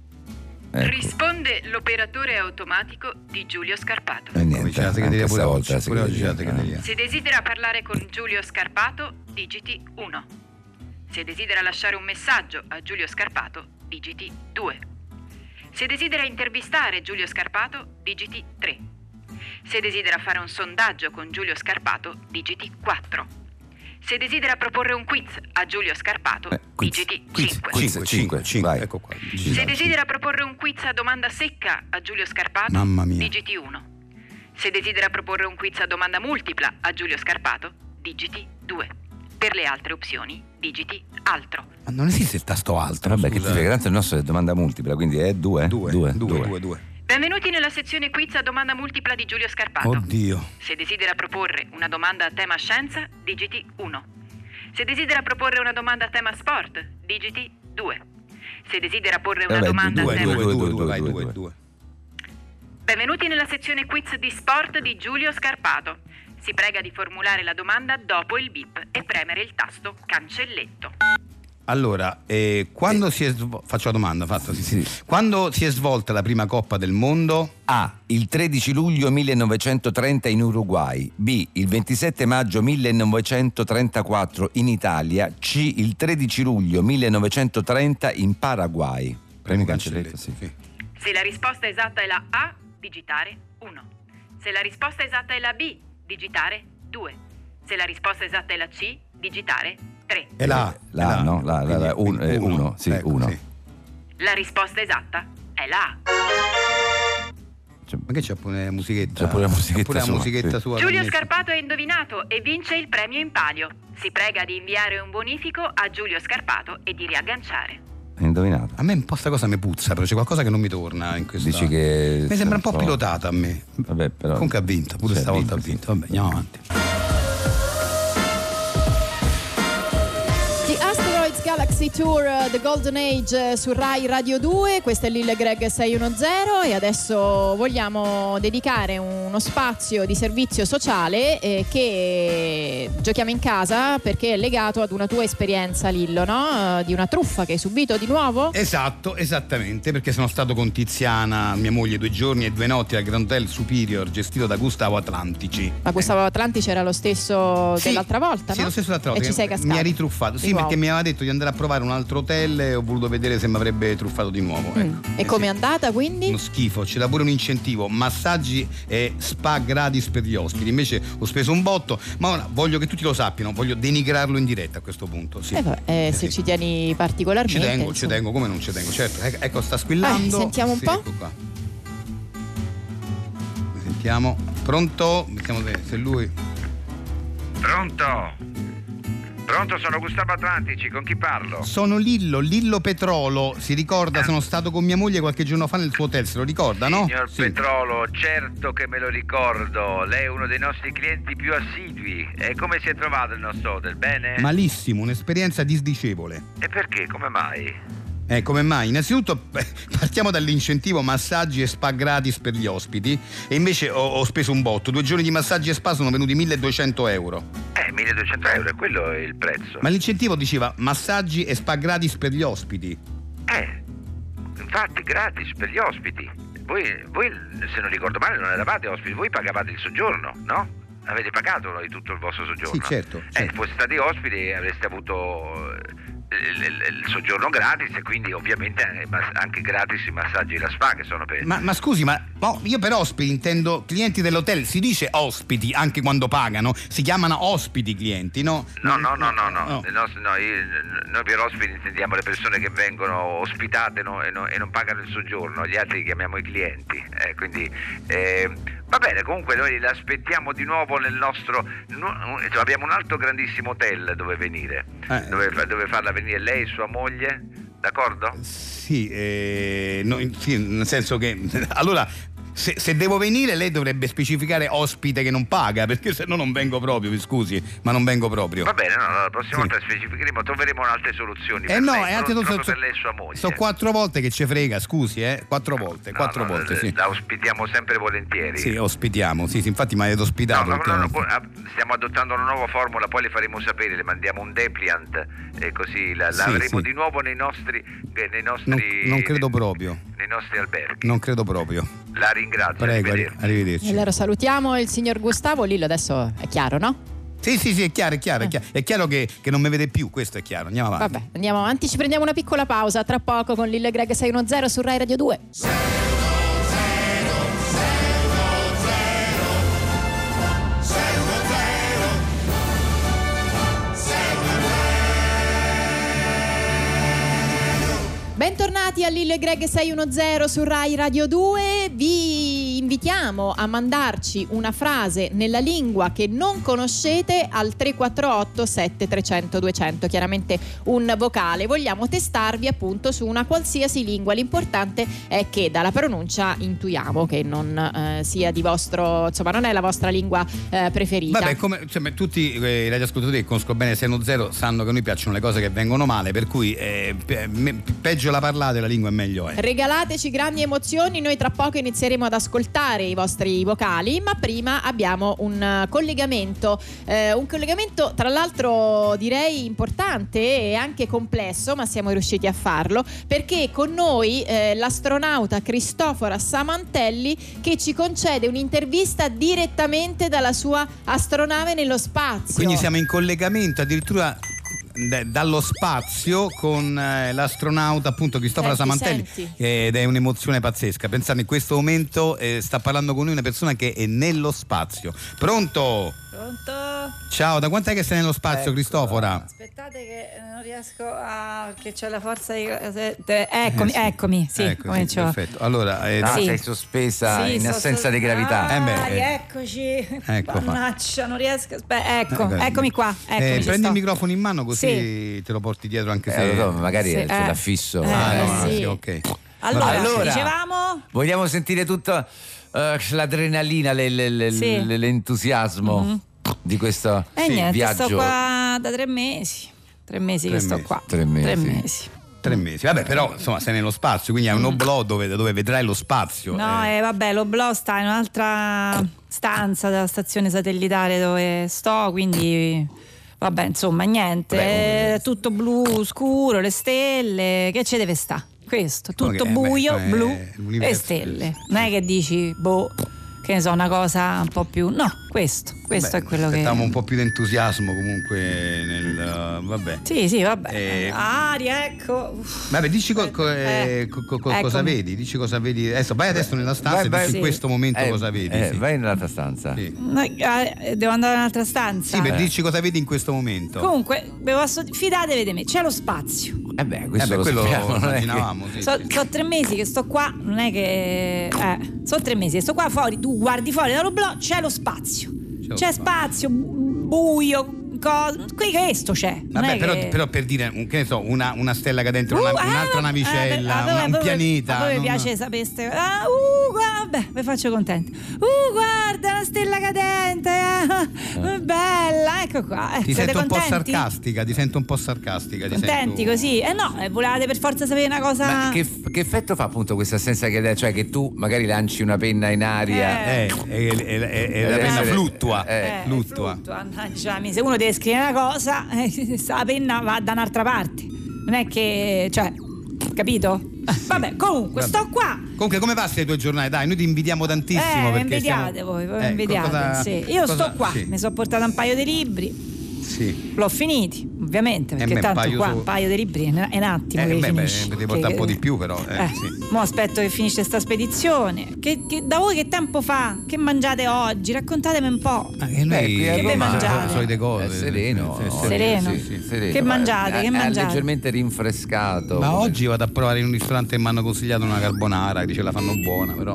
Ecco. Risponde l'operatore automatico di Giulio Scarpato. E niente, Come c'è la segreteria anche pure stavolta oggi, la pure oggi c'è la segreteria. segreteria. Se desidera parlare con Giulio Scarpato, digiti uno. Se desidera lasciare un messaggio a Giulio Scarpato, digiti due. Se desidera intervistare Giulio Scarpato, digiti tre. Se desidera fare un sondaggio con Giulio Scarpato, digiti quattro. Se desidera proporre un quiz a Giulio Scarpato, Eh, quiz, digiti quiz, cinque. quiz. cinque, cinque, cinque, vai. ecco qua. Se desidera proporre un quiz a domanda secca a Giulio Scarpato, Mamma mia. digiti uno. Se desidera proporre un quiz a domanda multipla a Giulio Scarpato, digiti due. Per le altre opzioni, digiti altro. Ma non esiste il tasto altro. Vabbè, scusa. che ti tanto il nostro è domanda multipla, quindi è due. Due, due, due, due. due, due. Benvenuti nella sezione quiz a domanda multipla di Giulio Scarpato. Oddio. Se desidera proporre una domanda a tema scienza, digiti uno. Se desidera proporre una domanda a tema sport, digiti due. Se desidera porre una Vabbè, domanda Due, a due, tema... due, due, due, due, vai, due, due, due. due. Benvenuti nella sezione quiz di sport di Giulio Scarpato. Si prega di formulare la domanda dopo il bip e premere il tasto cancelletto. Allora, eh, quando si è svol- faccio la domanda, fatto, sì, sì. Sì. Quando si è svolta la prima Coppa del Mondo? A. Il tredici luglio millenovecentotrenta in Uruguay. B. Il ventisette maggio millenovecentotrentaquattro in Italia. C. Il tredici luglio millenovecentotrenta in Paraguay. Premi cancelletto, sì. sì. Se la risposta esatta è la A, digitare uno. Se la risposta esatta è la B, digitare due. Se la risposta esatta è la C, digitare tre. È la A, La A, è no? La- la- la- quindi- un- eh, quindi uno, sì, ecco, uno. sì. La risposta esatta è la A. Cioè, Ma che c'è pure la musichetta? C'è pure la musichetta C'è pure la sua, musichetta sì. sua. Giulio che- Scarpato ha indovinato e vince il premio in palio. Si prega di inviare un bonifico a Giulio Scarpato e di riagganciare. hai indovinato. A me un po' sta cosa mi puzza, però c'è qualcosa che non mi torna in questa. Dici che... Mi sembra un po' so- pilotata a me. Vabbè, però... Comunque ha vinto, pure Sì, ha stavolta ha vinto, vinto. sì. Vabbè, andiamo avanti. The Asteroids Galaxy Tour uh, The Golden Age uh, su Rai Radio due, questo è Lille Greg sei uno zero e adesso vogliamo dedicare uno spazio di servizio sociale eh, che giochiamo in casa perché è legato ad una tua esperienza, Lillo, no? Uh, di una truffa che hai subito di nuovo? Esatto, esattamente, perché sono stato con Tiziana, mia moglie, due giorni e due notti al Grand Hotel Superior gestito da Gustavo Atlantici. Ma Gustavo Atlantici era lo stesso Sì, dell'altra volta, sì, no? lo stesso dell'altra volta. E ci sei cascato? Mi ha ritruffato, sì, Di perché nuovo. mi aveva detto di andare a provare un altro hotel e ho voluto vedere se mi avrebbe truffato di nuovo. Mm. Ecco. E Eh com'è sì. andata quindi? Uno schifo, c'era pure un incentivo, massaggi e spa gratis per gli ospiti. Invece ho speso un botto, ma ora voglio che tutti lo sappiano, voglio denigrarlo in diretta a questo punto. Sì. Eh, vabbè, eh, se sì. ci tieni particolarmente. Ci tengo, ci insomma. tengo, come non ci tengo, certo. Ec- Ecco, sta squillando. Eh, sentiamo un Sì, po'. Ecco qua. Sentiamo. Pronto? Mettiamo se se lui. Pronto? Pronto, sono Gustavo Atlantici, con chi parlo? Sono Lillo, Lillo Petrolo. Si ricorda, sono stato con mia moglie qualche giorno fa nel suo hotel, se lo ricorda, no? Signor Sì. Petrolo, certo che me lo ricordo. Lei è uno dei nostri clienti più assidui. E come si è trovato il nostro hotel? Bene? Malissimo, un'esperienza disdicevole. E perché? Come mai? Eh, come mai? Innanzitutto beh, partiamo dall'incentivo massaggi e spa gratis per gli ospiti e invece ho, ho speso un botto. Due giorni di massaggi e spa sono venuti milleduecento euro. Eh, milleduecento euro, e quello è il prezzo. Ma l'incentivo diceva massaggi e spa gratis per gli ospiti. Eh, infatti, gratis per gli ospiti. Voi, voi, se non ricordo male, non eravate ospiti, voi pagavate il soggiorno, no? Avete pagato di tutto il vostro soggiorno? Sì, certo, Eh, certo. foste stati ospiti avreste avuto il, il- il soggiorno gratis e quindi ovviamente anche gratis i massaggi e la spa che sono per... Ma, ma scusi, ma no, io per ospiti intendo clienti dell'hotel. Si dice ospiti anche quando pagano, si chiamano ospiti i clienti, no? No, no, no, no, no. No. Il nostro- no, io- noi per ospiti intendiamo le persone che vengono ospitate no, e, no- e non pagano il soggiorno, gli altri li chiamiamo i clienti. Eh, quindi eh, va bene, comunque noi l'aspettiamo di nuovo nel nostro. no- cioè, abbiamo un altro grandissimo hotel dove venire, Eh. dove, dove farla venire lei e sua moglie, d'accordo? Sì, eh, no, sì, nel senso che allora se, se devo venire lei dovrebbe specificare ospite che non paga, perché se no non vengo proprio, mi scusi, ma non vengo proprio. Va bene, no, no, la prossima Sì. volta specificheremo, troveremo altre soluzioni. Eh per no, lei, è anche proprio so- per lei e sua moglie. Sono quattro volte che ci frega, scusi, eh? Quattro volte, No, quattro no, volte, la- sì. La ospitiamo sempre volentieri. Sì, ospitiamo, sì, sì, infatti mi avete No, ospitato. no, no, no, ultimamente. ah, stiamo adottando una nuova formula, poi le faremo sapere, le mandiamo un depliant e così la, la Sì, avremo sì. di nuovo nei nostri, eh, nei nostri Non, non credo proprio, nei nostri alberghi. non credo proprio. La ringrazio. Prego, arri- arrivederci. arrivederci. Allora salutiamo il signor Gustavo. Lillo, adesso è chiaro, no? Sì, sì, sì, è chiaro, è chiaro, è chiaro, è chiaro che, che non mi vede più, questo è chiaro, andiamo avanti. Vabbè, andiamo avanti, ci prendiamo una piccola pausa. Tra poco con Lille Greg sei uno zero su Rai Radio due. Bentornati a Lillo e Greg sei uno zero su Rai Radio due. Vi invitiamo a mandarci una frase nella lingua che non conoscete al tre quattro otto sette tre zero zero due zero zero, chiaramente un vocale. Vogliamo testarvi appunto su una qualsiasi lingua. L'importante è che dalla pronuncia intuiamo che non eh, sia di vostro, insomma, non è la vostra lingua eh, preferita. Vabbè, come cioè, tutti i radioascoltatori che conosco bene sei uno zero sanno che a noi piacciono le cose che vengono male, per cui eh, pe- me- peggio la parlate, la lingua è meglio è. Regalateci grandi emozioni, noi tra poco inizieremo ad ascoltare i vostri vocali, ma prima abbiamo un collegamento, eh, un collegamento tra l'altro direi importante e anche complesso, ma siamo riusciti a farlo perché con noi eh, l'astronauta Cristofora Samantelli che ci concede un'intervista direttamente dalla sua astronave nello spazio. Quindi siamo in collegamento addirittura dallo spazio con eh, l'astronauta appunto Cristofora Senti, Samantelli senti. ed è un'emozione pazzesca pensare in questo momento eh, sta parlando con noi una persona che è nello spazio. Pronto? Pronto? Ciao, da quant'è che sei nello spazio, Ecco. Cristofora? Aspettate che non riesco a... che c'è la forza di... Eccomi, Eh sì. eccomi, sì, Ecco, come sì, c'ho. perfetto. Allora, eh, No, Sì. sei sospesa Sì, in so- assenza so- di gravità. Ah, Eh beh, eh. eccoci. Ecco qua. Mannaggia, non riesco. Aspetta, ecco, Eh, eccomi qua. Eccomi, eh, ci prendi sto. il microfono in mano così Sì. te lo porti dietro anche Eh, se lo so, magari Sì, ce eh. l'ha fisso. Eh, Ah, Eh, no, sì. sì, ok. Allora, Allora. dicevamo? Vogliamo sentire tutta eh, l'adrenalina, le- le- le- Sì. le- l'entusiasmo Mhm. di questo E Sì, niente, viaggio. sto qua da tre mesi. Tre mesi Tre che sto mesi. qua. Tre mesi. Tre mesi. Tre mesi, vabbè, però insomma sei nello spazio, quindi è un oblò dove, dove vedrai lo spazio. No, eh. eh, vabbè, l'oblò sta in un'altra stanza della stazione satellitare dove sto, quindi vabbè, insomma, niente, Beh, è tutto blu scuro, le stelle, che ci deve sta? Questo, Come tutto che- eh, buio, beh, è blu e l'universo. stelle. Non è che dici, boh, che ne so, una cosa un po' più... No, questo, questo Beh, è quello che... aspettavamo un po' più di entusiasmo comunque nel uh, vabbè. Sì, sì, vabbè. Eh, Aria, ecco. Uff. Vabbè, dici co- co- Eh, eh, co- co- co- eccomi. cosa vedi? Dici cosa vedi. Adesso vai adesso nella stanza Vai, e vai. dici Sì. in questo momento Eh, cosa vedi. eh, sì. Vai nell'altra stanza. Sì. No, eh, devo andare in un'altra stanza. Sì, per dici cosa vedi in questo momento. Comunque, vi posso... fidatevi di me, c'è lo spazio. Eh beh, Eh questo beh, lo quello sappiamo, lo non è che- immaginavamo, sì, So, sì. so tre mesi che sto qua, non è che... Eh, sono tre mesi che sto qua fuori, tu guardi fuori dall'oblò, c'è lo spazio. lo C'è spazio, bu- buio, cosa... Qui questo c'è. non Vabbè, è però, che... però per dire, un- che ne so, una, una stella cadente, Uh, una- ah, un'altra eh, navicella, ah, una- poi- un poi- pianeta. Poi mi non- piace sapeste. Ah, uh, vabbè, vi faccio contenti. Uh, guarda la stella cadente. eh, Bella, ecco qua. Eh, Ti siete sento un po' contenti? sarcastica, ti sento un po' sarcastica. ti Contenti sento- così? Eh no, eh, volevate per forza sapere una cosa. Ma che, che effetto fa appunto questa assenza che cioè che tu magari lanci una penna in aria? Eh, e, e- e- e la Eh, penna eh, fluttua. eh, Eh, fluttua. fluttua, mannaggia, se uno deve scrivere una cosa, eh, la penna va da un'altra parte. Non è che, cioè, capito? Eh, Vabbè, comunque, Vabbè. sto qua. Comunque, come passano le tue giornate? Dai, noi ti invidiamo tantissimo. Eh, mi perché invidiate siamo- voi, voi Eh, mi invidiate. cosa- sì. Io cosa- sto qua, sì, mi sono portata un paio di libri. sì. L'ho finiti, ovviamente, perché Eh beh, un tanto paio qua su- un paio di libri è un- è un attimo Eh, che beh, beh, finisce. devi portare Che- un po' di più, però. Eh, Eh, sì. mo aspetto che finisce sta spedizione. Che, che- da voi che tempo fa? Che mangiate oggi? Raccontatemi un po'. Ah, e noi Beh, qui a Che Roma mangiate? le solite cose. È sereno, Sì, sì, Sereno. sì, sì. sereno. Che mangiate, È- che è mangiate? leggermente rinfrescato. Ma oggi vado a provare in un ristorante che mi hanno consigliato una carbonara, che dice la fanno buona, però.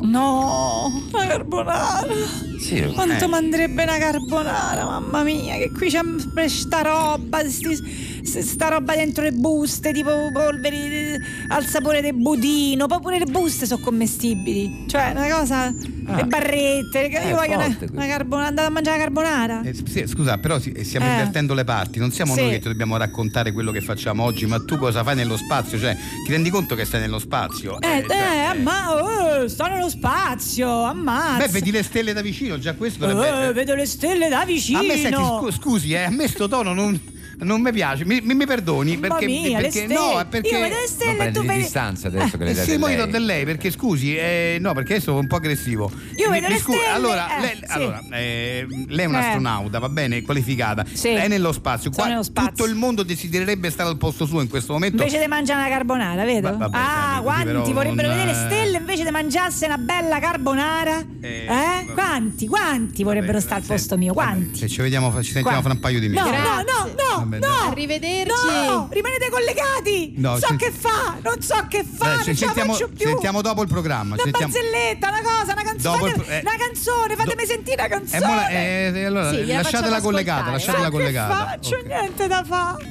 No, la carbonara. Sì, Quanto Eh. manderebbe una carbonara, mamma mia, che qui c'è sta roba, sti- sta roba dentro le buste, tipo polveri eh, al sapore del budino, poi pure le buste sono commestibili. Cioè, una cosa, Ah. le barrette, che Eh, io voglio una, forte questo. una carbonara, andate a mangiare la carbonara. Eh, sì, scusa, però sì, stiamo Eh. invertendo le parti, non siamo Sì. noi che ti dobbiamo raccontare quello che facciamo oggi, ma tu cosa fai nello spazio? Cioè, ti rendi conto che stai nello spazio? Eh, eh, cioè, amma, oh, sto nello spazio, ammazza. Beh, vedi le stelle da vicino, già questo dovrebbe. Eh, vedo le stelle da vicino. A me senti, scu- scusi, eh, a me sto tono non, non mi piace, mi, mi, mi perdoni Mamma perché, mia, le perché stelle. no, è perché Io vedo le non stelle e prendi tu di vedi. distanza adesso che le Eh dai sì, del mo io lei. do del lei perché scusi, eh, no, perché adesso sono un po' aggressivo. Io Mi- vedo mi le scusi, stelle, allora, eh, lei, sì. allora eh, lei è un Eh. astronauta, va bene, qualificata, Sì. è nello spazio. Sono Qua nello spazio. tutto il mondo desidererebbe stare al posto suo in questo momento. Invece di mangiare una carbonara, vedo? Va- vabbè, ah, così quanti però vorrebbero non- vedere le stelle invece di mangiarsi una bella carbonara? Eh, Eh? vabbè. Quanti? Quanti vorrebbero Vabbè, stare al se- posto mio? vabbè, Quanti? Se ci vediamo, ci sentiamo Qua- fra un paio di No, minuti. no, no, Vabbè, no, arrivederci. No, rimanete collegati. No, Non so ci- che fa, non so che fa, Beh, non ci ce la sentiamo, faccio più. sentiamo dopo il programma. Una sentiamo... barzelletta, una cosa, una canzone, Dopo il- fatemi- eh, una canzone, fatemi sentire una Eh, canzone. mola- eh, eh, allora, Sì, gliela lasciatela facciamo collegata, ascoltare, lasciatela Ma che collegata. faccio? Ok. Niente da fare.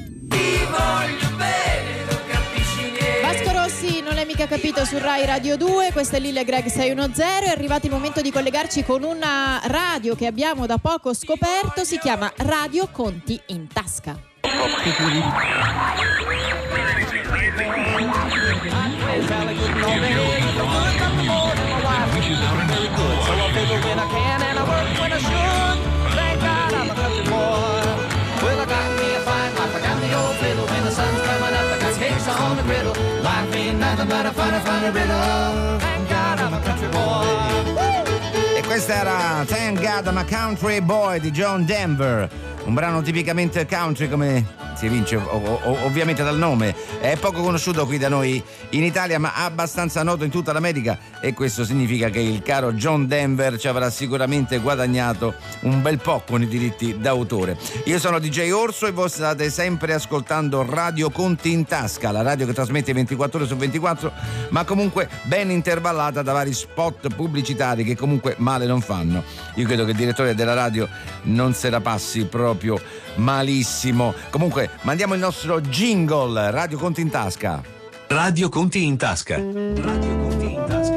Vasco Rossi, non l'hai mica capito, su Rai Radio due, questo è Lille Greg sei uno zero, è arrivato il momento di collegarci con una radio che abbiamo da poco scoperto, si chiama Radio Conti in Tasca. E questa era Thank God I'm a Country Boy di John Denver, un brano tipicamente country, come si evince ov- ov- ovviamente dal nome. È poco conosciuto qui da noi in Italia, ma abbastanza noto in tutta l'America, e questo significa che il caro John Denver ci avrà sicuramente guadagnato un bel po' con i diritti d'autore. Io sono D J Orso e voi state sempre ascoltando Radio Conti in Tasca, la radio che trasmette ventiquattro ore su ventiquattro, ma comunque ben intervallata da vari spot pubblicitari che comunque male non fanno. Io credo che il direttore della radio non se la passi proprio malissimo. Comunque mandiamo il nostro jingle. Radio Conti in Tasca. Radio Conti in Tasca. Radio Conti in Tasca.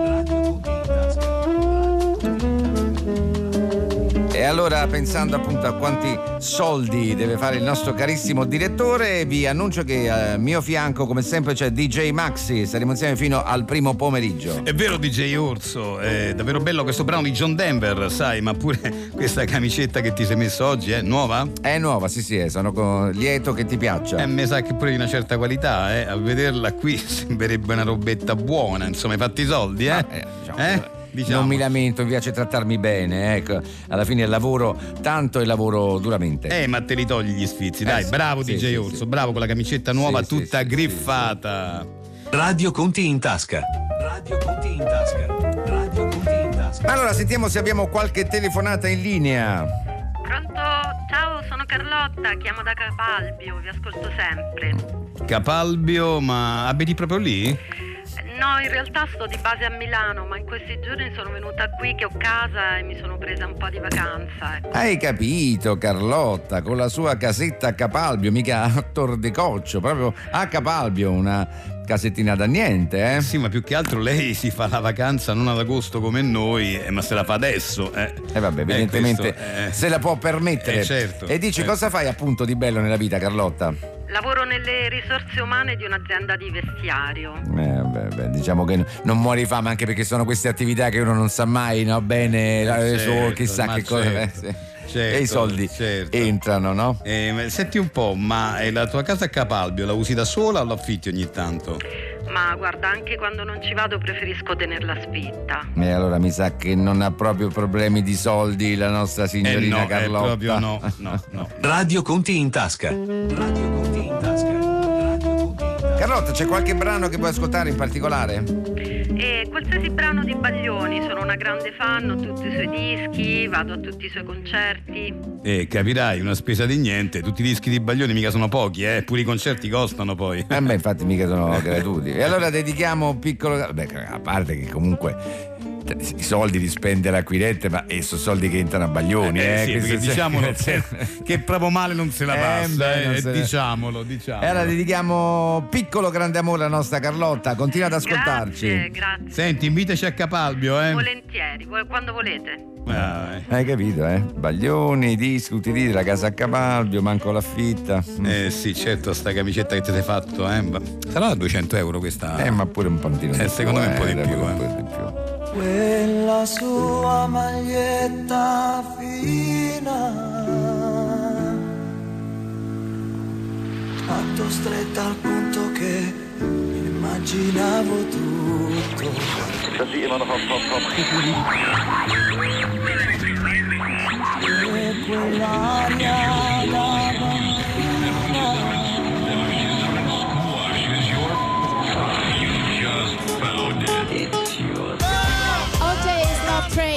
E allora, pensando appunto a quanti soldi deve fare il nostro carissimo direttore, vi annuncio che al mio fianco come sempre c'è D J Maxi. Saremo insieme fino al primo pomeriggio. È vero, D J Orso, è davvero bello questo brano di John Denver, sai, ma pure questa camicetta che ti sei messo oggi è nuova? È nuova, sì sì, sono con- lieto che ti piaccia. Eh, mi sa che pure di una certa qualità, eh. A vederla qui sembrerebbe una robetta buona, insomma, hai fatto i soldi, eh? Eh, diciamo, Eh? Diciamo. Non mi lamento, mi piace trattarmi bene, ecco. Alla fine lavoro tanto e lavoro duramente. Eh, ma te li togli gli sfizi, dai, Eh, sì, bravo sì, D J sì, Orso, sì. bravo con la camicetta nuova Sì, sì, tutta sì, griffata. Radio Conti in Tasca. Radio Conti in Tasca. Radio Conti in Tasca. Ma allora sentiamo se abbiamo qualche telefonata in linea. Pronto? Ciao, sono Carlotta, chiamo da Capalbio, vi ascolto sempre. Capalbio, ma abiti proprio lì? No, in realtà sto di base a Milano, ma in questi giorni sono venuta qui che ho casa e mi sono presa un po' di vacanza. Ecco. Hai capito, Carlotta, con la sua casetta a Capalbio, mica a Tor de Coccio, proprio a Capalbio, una casettina da niente, eh? Sì, ma più che altro lei si fa la vacanza non ad agosto come noi, eh, ma se la fa adesso. Eh, E vabbè, evidentemente questo, eh. se la può permettere. Eh, certo, e dici, certo. cosa fai appunto di bello nella vita, Carlotta? Lavoro nelle risorse umane di un'azienda di vestiario. Eh, beh, beh, diciamo che non muori fame, anche perché sono queste attività che uno non sa mai, no? Bene, Eh, eh, su, certo, chissà ma che cosa. certo, eh, sì. certo, e i soldi certo. entrano, no? Eh, ma senti un po', ma eh, la tua casa a Capalbio la usi da sola o l'affitti ogni tanto? Ma guarda, anche quando non ci vado preferisco tenerla sfitta. E allora mi sa che non ha proprio problemi di soldi la nostra signorina eh no, Carlotta. Eh, proprio no, no, no. Radio Conti in Tasca. Radio Conti in Tasca. Carlotta, c'è qualche brano che vuoi ascoltare in particolare? E qualsiasi brano di Baglioni, sono una grande fan, ho tutti i suoi dischi, vado a tutti i suoi concerti. Eh, capirai, una spesa di niente, tutti i dischi di Baglioni mica sono pochi, eh, pure i concerti costano poi. Eh beh, infatti mica sono gratuiti. E allora dedichiamo un piccolo... Beh, a parte che comunque i soldi li spende l'Acquirente, ma e sono soldi che entrano a Baglioni, eh, eh, sì, questo- perché diciamolo che proprio male non se la Eh, passa, beh, eh, non se- diciamolo, diciamolo. E allora dedichiamo piccolo grande amore alla nostra Carlotta, continua ad ascoltarci. Grazie, grazie. Senti, invitaci a Capalbio, eh. Volentieri, vo- quando volete. Ah, eh. Hai capito, eh? Baglioni, i dischi, tutti i dischi, la casa a Capalbio, manco l'affitta. Eh sì, certo, sta camicetta che ti sei fatto, eh. ma- Sarà duecento euro questa? Eh, ma pure un pontino di Eh, più, secondo me un po' di eh, più, un eh. po' di più. Quella sua maglietta fina, tanto stretta al punto che immaginavo tutto. E quell'aria da bambina. O J Snob Train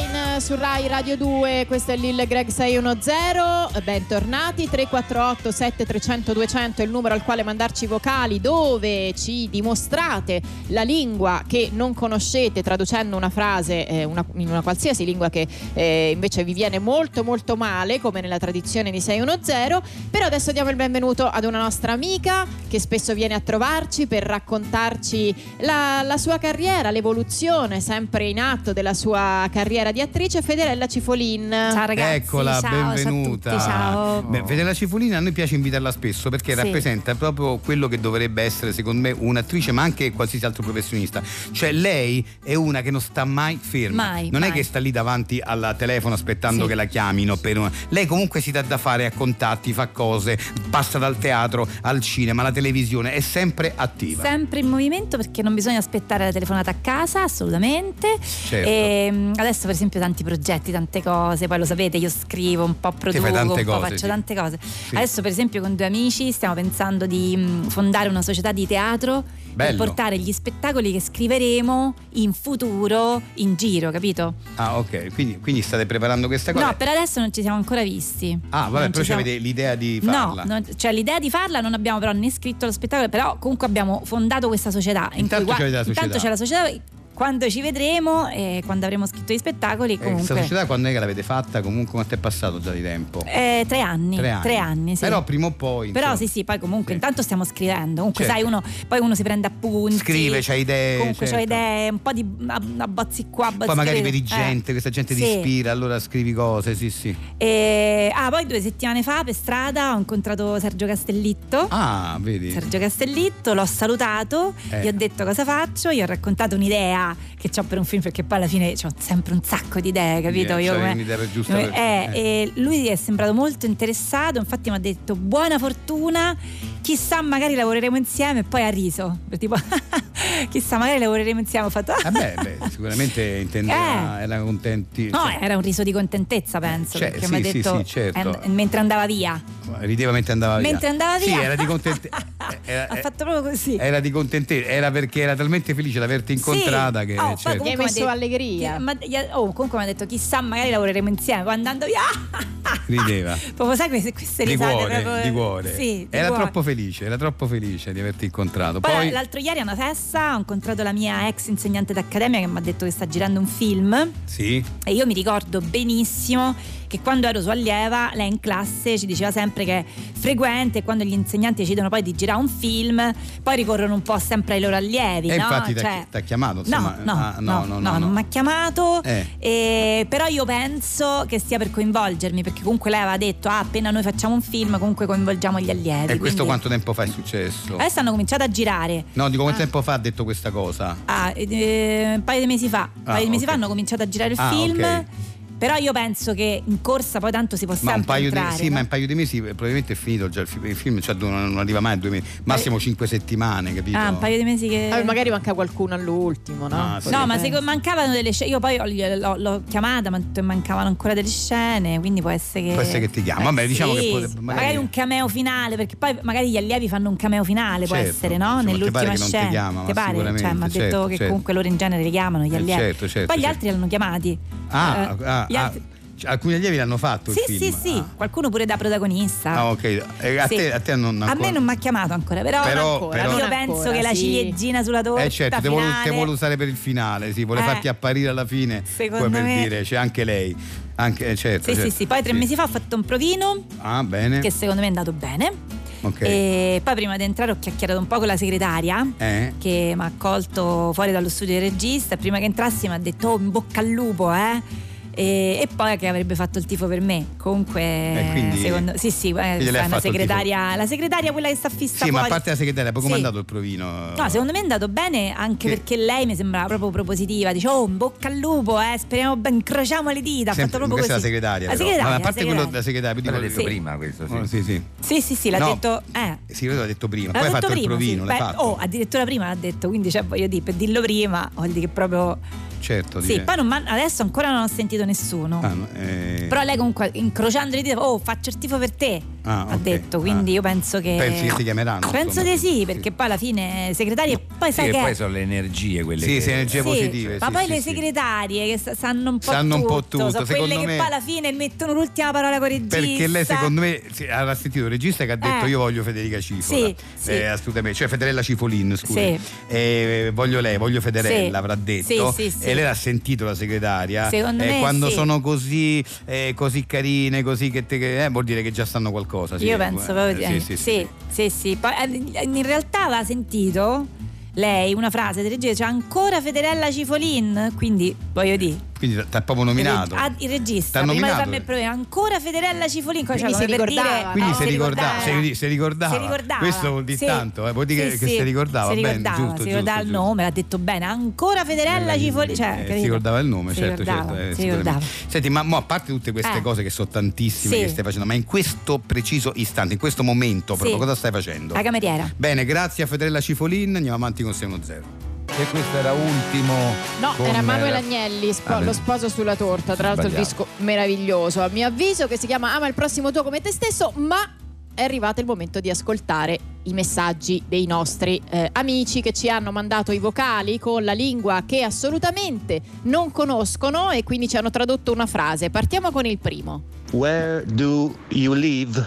su Rai Radio due, questo è Lil Greg sei uno zero, bentornati. Tre quattro otto sette tre zero zero due zero zero è il numero al quale mandarci vocali dove ci dimostrate la lingua che non conoscete traducendo una frase eh, una, in una qualsiasi lingua che eh, invece vi viene molto molto male, come nella tradizione di sei uno zero. Però adesso diamo il benvenuto ad una nostra amica che spesso viene a trovarci per raccontarci la, la sua carriera, l'evoluzione sempre in atto della sua carriera di attrice, Federella Cifolin. Ciao ragazzi. Eccola, ciao, benvenuta. Ciao, ciao. Beh, Federella Cifolin, a noi piace invitarla spesso perché Sì. rappresenta proprio quello che dovrebbe essere secondo me un'attrice, ma anche qualsiasi altro professionista. Cioè lei è una che non sta mai ferma, Mai, non mai. è che sta lì davanti al telefono aspettando Sì. che la chiamino per una... Lei comunque si dà da fare a contatti, fa cose, passa dal teatro al cinema, alla televisione, è sempre attiva. Sempre in movimento, perché non bisogna aspettare la telefonata a casa, assolutamente. Certo. E mm, adesso per esempio tanti progetti, tante cose, poi lo sapete, io scrivo, un po' produco, fai tante un po' cose, faccio sì. tante cose. Adesso per esempio con due amici stiamo pensando di mm, fondare una società di teatro per Bello. portare gli spettacoli che scriveremo in futuro in giro, capito? Ah, ok, quindi, quindi state preparando questa cosa? No, per adesso non ci siamo ancora visti. Ah, vabbè, Non però ci siamo- avete l'idea di farla. No, non- cioè l'idea di farla non abbiamo però né scritto lo spettacolo, però comunque abbiamo fondato questa società. in Intanto cui, c'avete la intanto società. c'è la società, quando ci vedremo e quando avremo scritto gli spettacoli Eh, questa comunque. società quando è che l'avete fatta? Comunque quanto è passato già di tempo? Eh, tre anni, Tre anni. sì. Però prima o poi Però insomma, sì, sì, poi comunque intanto stiamo scrivendo. Comunque Certo. sai, uno poi uno si prende appunti. scrive, c'ha idee, Comunque certo. c'ho idee, un po' di abbozzi qua, abbozzi Poi magari là. vedi Eh, gente, questa gente ti sì. ispira, allora scrivi cose, sì sì. E, ah, poi due settimane fa per strada ho incontrato Sergio Castellitto. Ah, vedi? Sergio Castellitto, l'ho salutato, Eh. gli ho detto cosa faccio, gli ho raccontato un'idea che ho per un film, perché poi alla fine ho sempre un sacco di idee, capito? Eh, Io c'hai come- un'idea per giusta come- per- eh, eh. E lui è sembrato molto interessato, infatti mi ha detto buona fortuna, chissà magari lavoreremo insieme, e poi ha riso, per tipo chissà magari lavoreremo insieme, ho fatto Eh beh, beh, sicuramente intendeva, era contenti. no, cioè, era un riso di contentezza, penso, Cioè, perché sì, mi ha sì, detto sì, certo. eh, mentre andava via. rideva mentre andava via. Mentre andava Sì, via. era di contentezza. Era, Ha fatto proprio così. era di contentezza, era perché era talmente felice di averti incontrata Sì. che Oh, poi certo. comunque Gli hai mi ha messo detto- allegria. chi- ma- gli ha- oh, comunque mi ha detto chissà magari lavoreremo insieme, poi andando via rideva. proprio sai queste, queste Di risate cuore, proprio, di cuore. sì, di Era cuore. troppo felice, era troppo felice di averti incontrato. Poi, Poi, l'altro ieri a una festa ho incontrato la mia ex insegnante d'accademia che mi ha detto che sta girando un film sì, e io mi ricordo benissimo che quando ero sua allieva lei in classe ci diceva sempre che è frequente quando gli insegnanti decidono poi di girare un film poi ricorrono un po' sempre ai loro allievi, e no? infatti Cioè, ti ha chiamato, insomma. No, no, Ah, no, no, non mi ha chiamato, Eh. e- però io penso che stia per coinvolgermi, perché comunque lei aveva detto ah, appena noi facciamo un film comunque coinvolgiamo gli allievi. E questo quindi- quanto tempo fa è successo? Adesso hanno cominciato a girare. No, dico quanto tempo fa ha detto questa cosa? Ah, eh, un paio di mesi fa, un Ah, paio di mesi ok. fa hanno cominciato a girare il Ah, film. ok. Però io penso che in corsa poi tanto si può Ma sempre un paio entrare, di sì, no? ma un paio di mesi eh, probabilmente è finito già il film, il film cioè, non non arriva mai a due mesi, massimo cinque settimane, capito? Ah, un paio di mesi che Ah, magari manca qualcuno all'ultimo, no? Ah, sì. No, ma se mancavano delle scene, io poi ho- l'ho, l'ho chiamata, ma mancavano ancora delle scene, quindi può essere che Può essere che ti chiama. Vabbè, diciamo sì, che potrebbe- magari... magari- un cameo finale, perché poi magari gli allievi fanno un cameo finale, può Certo, essere, no? insomma, ti Nell'ultima pare che non ti scena. chiama, ma Ti pare? sicuramente, Cioè, mi ha detto certo, che certo. comunque loro in genere li chiamano gli Eh, allievi. certo, certo, poi gli certo. altri l'hanno chiamati. Ah, Eh, ah, gli ah, altri- cioè, alcuni allievi l'hanno fatto Sì, il film. sì, sì, qualcuno pure da protagonista. Ah, ok. E a Sì. te, a te non A ancora. me non mi ha chiamato ancora, però, Però- non ancora. però- io Non penso ancora, che la sì. ciliegina sulla torta Eh certo, te vuole, finale, te vuole usare per il finale, sì, vuole Eh. farti apparire alla fine. Secondo poi per me- dire, c'è anche lei. Anche, eh, certo, Sì, certo. sì, sì. Poi tre mesi fa ho fatto un provino Ah, bene. che secondo me è andato bene. Ok. E poi prima di entrare ho chiacchierato un po' con la segretaria Eh? che mi ha accolto fuori dallo studio del regista. Prima che entrassi mi ha detto oh, in bocca al lupo, eh. E, e poi che avrebbe fatto il tifo per me. Comunque, E quindi- secondo sì, sì, eh, quindi lei ha è una fatto il segretaria, la segretaria quella che sta fissa Sì, ma a fuori. parte la segretaria, poi come è Sì. andato il provino? No, secondo me è andato bene anche Che- perché lei mi sembrava proprio propositiva. Dice, oh, in bocca al lupo, eh, speriamo ben, incrociamo le dita. Ha Sempre- fatto proprio questa così. è la segretaria. La però. segretaria, Ma a la parte quello segretaria. della segretaria, Però l'ha dico- detto Sì. prima questo, sì. Oh, sì, sì. Sì, sì, sì, l'ha No. detto. Eh. Sì, l'ho detto prima. L'ha Poi hai detto fatto il prima, provino, sì. l'hai Beh, fatto. oh, addirittura prima l'ha detto, quindi cioè, voglio dire, per dirlo prima, vuol dire che proprio. Certo, Sì, direi. poi non m'han- adesso ancora non ho sentito nessuno. Ah, no, eh, Però lei comunque incrociando le dita, oh, faccio il tifo per te. Ah, ha ok. detto, quindi Ah. io penso che. Pensi che ti chiameranno? Penso insomma. di sì, perché poi alla fine segretaria. Poi poi sì, sai e che poi sono le energie quelle sì, che... sì, energie sì, positive. ma sì, poi sì, le sì. segretarie che sa- sanno un po' Sanno tutto, un po' tutto, sono secondo quelle me- che poi alla fine mettono l'ultima parola con il regista. Perché lei secondo me sì, avrà sentito il regista che ha detto Eh. io voglio Federica Cifola. Sì, sì. Eh, assolutamente, cioè Federella Cifolin, scusi. Sì. Eh, voglio lei, voglio Federella, Sì. avrà detto. Sì, sì, sì. E lei ha sentito la segretaria. Secondo eh, me quando sì. sono così, eh, così carine, così che, te, che eh, vuol dire che già sanno qualcosa. Sì. Io penso proprio Eh, di sì, sì, sì, sì, sì, sì. Poi, eh, in realtà aveva sentito lei una frase del regista, cioè ancora Federella Cifolin, quindi voglio dire. Quindi ti ha proprio nominato. Ah, il regista, T'ha prima di nominato? farmi il problema, ancora Federella Cifolin, cioè, Quindi come si per ricordava. dire- Quindi no, si ricordava, si, si ricordava. Si ricordava. Questo vuol dire Sì. tanto, eh, vuol dire Sì, che sì. si ricordava. Si bene, ricordava, giusto, si ricordava giusto, il nome, l'ha detto bene, ancora Federella Cifolin, cioè, Eh, si capito? ricordava il nome, Si certo, ricordava, certo. eh, si sicuramente. ricordava. Senti, ma mo, a parte tutte queste Eh. cose che sono tantissime Sì. che stai facendo, ma in questo preciso istante, in questo momento, proprio, Sì. cosa stai facendo? La cameriera. Bene, grazie a Federella Cifolin, andiamo avanti con sei uno zero. E questo era ultimo. No, con- era Manuel Agnelli, spo- Ah, lo sposo sulla torta, tra l'altro il Sbagliato. disco meraviglioso, a mio avviso, che si chiama Ama il prossimo tuo come te stesso, ma è arrivato il momento di ascoltare i messaggi dei nostri eh, amici che ci hanno mandato i vocali con la lingua che assolutamente non conoscono e quindi ci hanno tradotto una frase. Partiamo con il primo. Where do you live?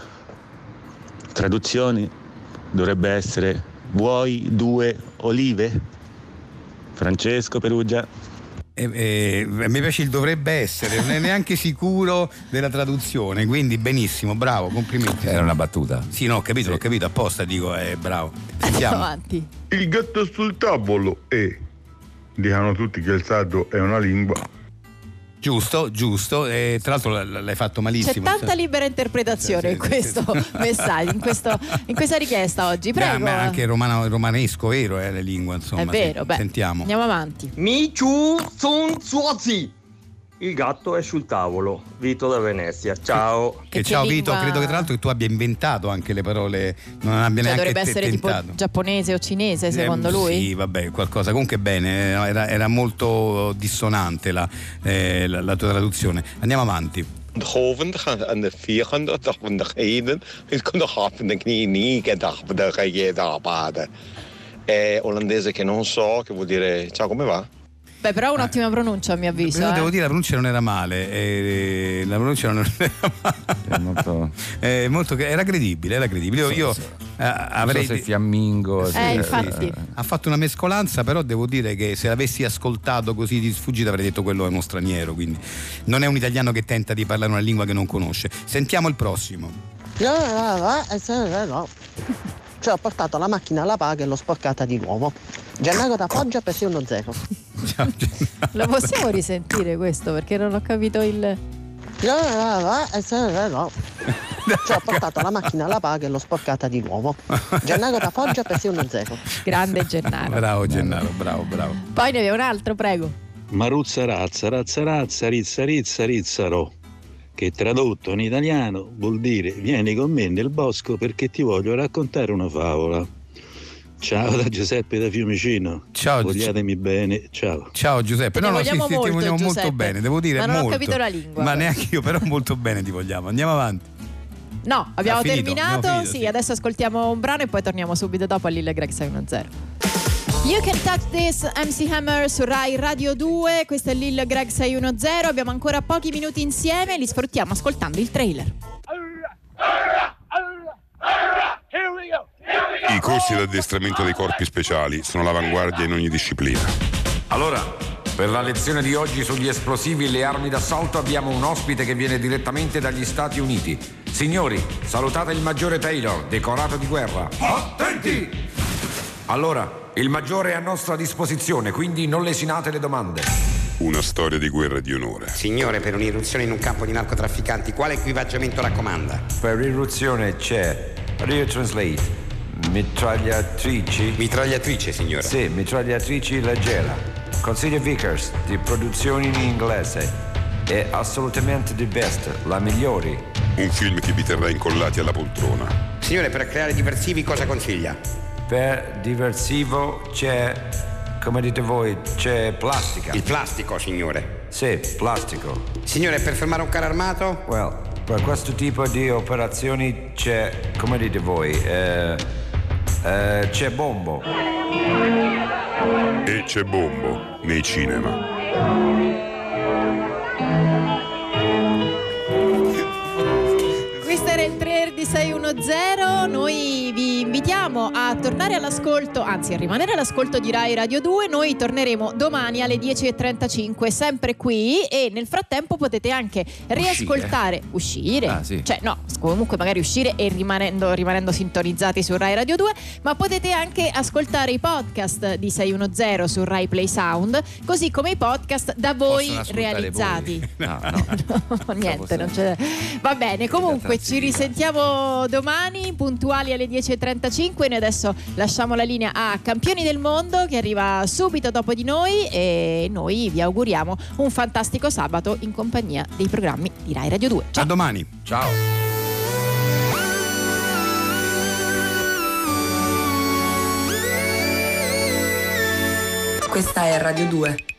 Traduzione dovrebbe essere: vuoi due olive? Francesco Perugia. Eh, eh, mi piace il dovrebbe essere, non è neanche sicuro della traduzione, quindi benissimo, bravo, complimenti. Era una battuta. Sì, no, ho capito, l'ho capito apposta, dico, eh, bravo. Andiamo Sentiamo. avanti. Il gatto sul tavolo e dicono tutti che il sardo è una lingua. Giusto, giusto, e tra l'altro l- l'hai fatto C'è malissimo. tanta libera interpretazione in questo messaggio, in, questo, in questa richiesta oggi. Prego. Beh, anche romano, romanesco, vero, eh, le lingue, insomma. È vero, sì. beh. Sentiamo. Andiamo avanti. Michu Sun Suozi. Il gatto è sul tavolo. Vito da Venezia. Ciao. Che, che ciao Vito, lingua- credo che tra l'altro che tu abbia inventato anche le parole, non abbia Cioè, neanche dovrebbe te- essere tentato. tipo giapponese o cinese, Eh, secondo lui? Sì, vabbè, qualcosa. Comunque bene, eh, era, era molto dissonante la, eh, la, la tua traduzione. Andiamo avanti. Hoven aan de vierhonderd dag van de heden. Ik kon nog af de knie niet gedacht dat je da bade. È olandese che non so, che vuol dire ciao come va? Beh, però è un'ottima pronuncia a mio avviso. Però eh. devo dire la pronuncia non era male, eh, la pronuncia non era male. molto... Eh, molto che- era credibile, era credibile. Io, io, eh, avrei Non so se fiammingo. Eh, se- infatti. ha fatto una mescolanza, però devo dire che se l'avessi ascoltato così di sfuggita avrei detto quello è uno straniero, quindi non è un italiano che tenta di parlare una lingua che non conosce. Sentiamo il prossimo. Cioè ho portato la macchina alla paga e l'ho sporcata di nuovo. Gennaro da Foggia per sei uno zero. Lo possiamo risentire questo perché non ho capito il. Cioè ho portato la macchina alla paga e l'ho sporcata di nuovo. Gennaro da Foggia per sei uno zero. Grande Gennaro. Bravo Gennaro, bravo, bravo. Poi ne abbiamo un altro, prego. Maruzza razza, razza razza, rizza rizza rizzaro, che tradotto in italiano vuol dire vieni con me nel bosco perché ti voglio raccontare una favola. Ciao da Giuseppe da Fiumicino. Ciao. Vogliatemi bene, ciao. Ciao Giuseppe. Te No, no, vogliamo sì, sì, molto, ti vogliamo molto Giuseppe. bene, devo dire Ma non ho molto. capito la lingua. Ma neanche io, però molto bene ti vogliamo. Andiamo avanti. No, abbiamo Ha finito, terminato. abbiamo finito, sì, sì. adesso ascoltiamo un brano e poi torniamo subito dopo a Lille Greg sei uno zero. You Can Touch This, M C Hammer su Rai Radio due. Questo è Lille Greg sei uno zero. Abbiamo ancora pochi minuti insieme, li sfruttiamo ascoltando il trailer. I corsi di addestramento dei corpi speciali sono all'avanguardia in ogni disciplina. Allora, per la lezione di oggi sugli esplosivi e le armi d'assalto abbiamo un ospite che viene direttamente dagli Stati Uniti. Signori, salutate il maggiore Taylor, decorato di guerra. Attenti! Allora, il maggiore è a nostra disposizione, quindi non lesinate le domande. Una storia di guerra e di onore. Signore, per un'irruzione in un campo di narcotrafficanti, quale equipaggiamento raccomanda? Per irruzione c'è, how do you translate? Mitragliatrici? Mitragliatrice, signore. Sì, mitragliatrici leggera. Consiglio Vickers, di produzioni in inglese. È assolutamente the best, la migliore. Un film che vi terrà incollati alla poltrona. Signore, per creare diversivi cosa consiglia? Per diversivo c'è, come dite voi, c'è plastica. Il plastico, signore. Sì, plastico. Signore, per fermare un carro armato? Well, per questo tipo di operazioni c'è, come dite voi, eh, Eh, c'è Bombo. E c'è Bombo nei cinema. Questo era il trailer di sei uno zero. Noi vi invitiamo a tornare all'ascolto, anzi a rimanere all'ascolto di Rai Radio due. Noi torneremo domani alle dieci e trentacinque sempre qui, e nel frattempo potete anche riascoltare, uscire, Ah, sì. cioè no, comunque magari uscire e rimanendo, rimanendo sintonizzati su Rai Radio due, ma potete anche ascoltare i podcast di sei uno zero su Rai Play Sound, così come i podcast da voi Possono ascoltare realizzati. voi. No, no. No, niente, non c'è. Va bene, comunque ci risentiamo domani puntuali alle dieci e trentacinque. Noi adesso lasciamo la linea a Campioni del Mondo, che arriva subito dopo di noi, e noi vi auguriamo un fantastico sabato in compagnia dei programmi di Rai Radio due. Ciao. A domani. Ciao. Questa è Radio due.